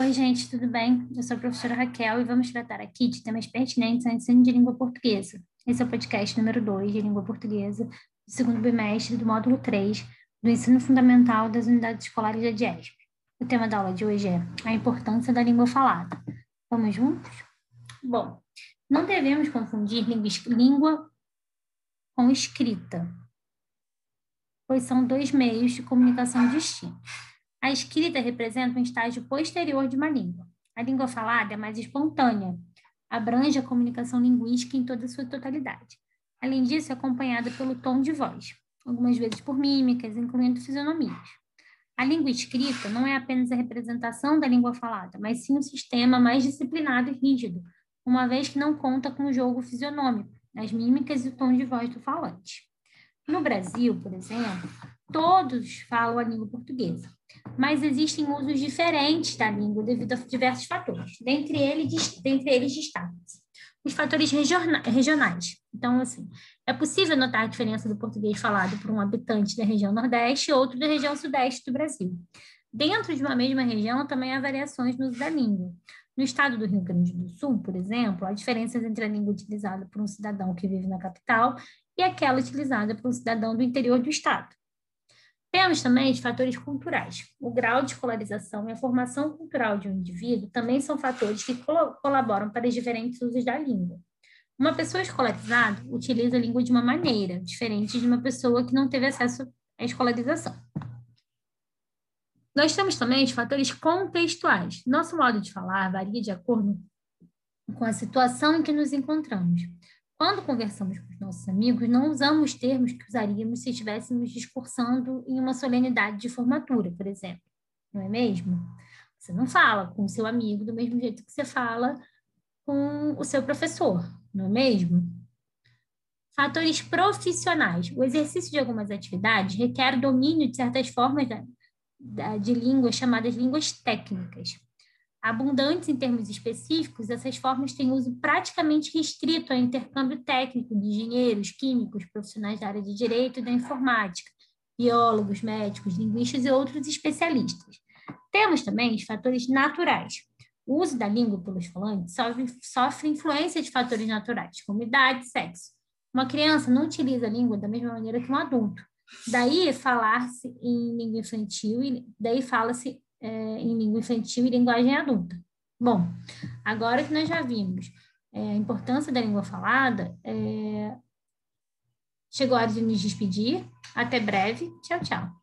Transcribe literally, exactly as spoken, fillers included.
Oi, gente, tudo bem? Eu sou a professora Raquel e vamos tratar aqui de temas pertinentes ao ensino de língua portuguesa. Esse é o podcast número dois de língua portuguesa, do segundo bimestre do módulo três do ensino fundamental das unidades escolares da DIESP. O tema da aula de hoje é a importância da língua falada. Vamos juntos? Bom, não devemos confundir língua com escrita, pois são dois meios de comunicação distintos. A escrita representa um estágio posterior de uma língua. A língua falada é mais espontânea, abrange a comunicação linguística em toda a sua totalidade. Além disso, é acompanhada pelo tom de voz, algumas vezes por mímicas, incluindo fisionomias. A língua escrita não é apenas a representação da língua falada, mas sim um sistema mais disciplinado e rígido, uma vez que não conta com o jogo fisionômico, as mímicas e o tom de voz do falante. No Brasil, por exemplo, todos falam a língua portuguesa, mas existem usos diferentes da língua devido a diversos fatores. Dentre eles, dentre eles destacam-se os fatores regionais. Então, assim, é possível notar a diferença do português falado por um habitante da região Nordeste e outro da região Sudeste do Brasil. Dentro de uma mesma região, também há variações no uso da língua. No estado do Rio Grande do Sul, por exemplo, há diferenças entre a língua utilizada por um cidadão que vive na capital e aquela utilizada por um cidadão do interior do estado. Temos também os fatores culturais. O grau de escolarização e a formação cultural de um indivíduo também são fatores que colaboram para os diferentes usos da língua. Uma pessoa escolarizada utiliza a língua de uma maneira, diferente de uma pessoa que não teve acesso à escolarização. Nós temos também os fatores contextuais. Nosso modo de falar varia de acordo com a situação em que nos encontramos. Quando conversamos com os nossos amigos, não usamos termos que usaríamos se estivéssemos discursando em uma solenidade de formatura, por exemplo. Não é mesmo? Você não fala com o seu amigo do mesmo jeito que você fala com o seu professor, não é mesmo? Fatores profissionais. O exercício de algumas atividades requer domínio de certas formas da, da, de línguas chamadas línguas técnicas. Abundantes em termos específicos, essas formas têm uso praticamente restrito ao intercâmbio técnico de engenheiros, químicos, profissionais da área de direito e da informática, biólogos, médicos, linguistas e outros especialistas. Temos também os fatores naturais. O uso da língua pelos falantes sofre, sofre influência de fatores naturais, como idade e sexo. Uma criança não utiliza a língua da mesma maneira que um adulto. Daí falar-se em língua infantil e daí fala-se É, em língua infantil e linguagem adulta. Bom, agora que nós já vimos é, a importância da língua falada, é... chegou a hora de nos despedir. Até breve. Tchau, tchau.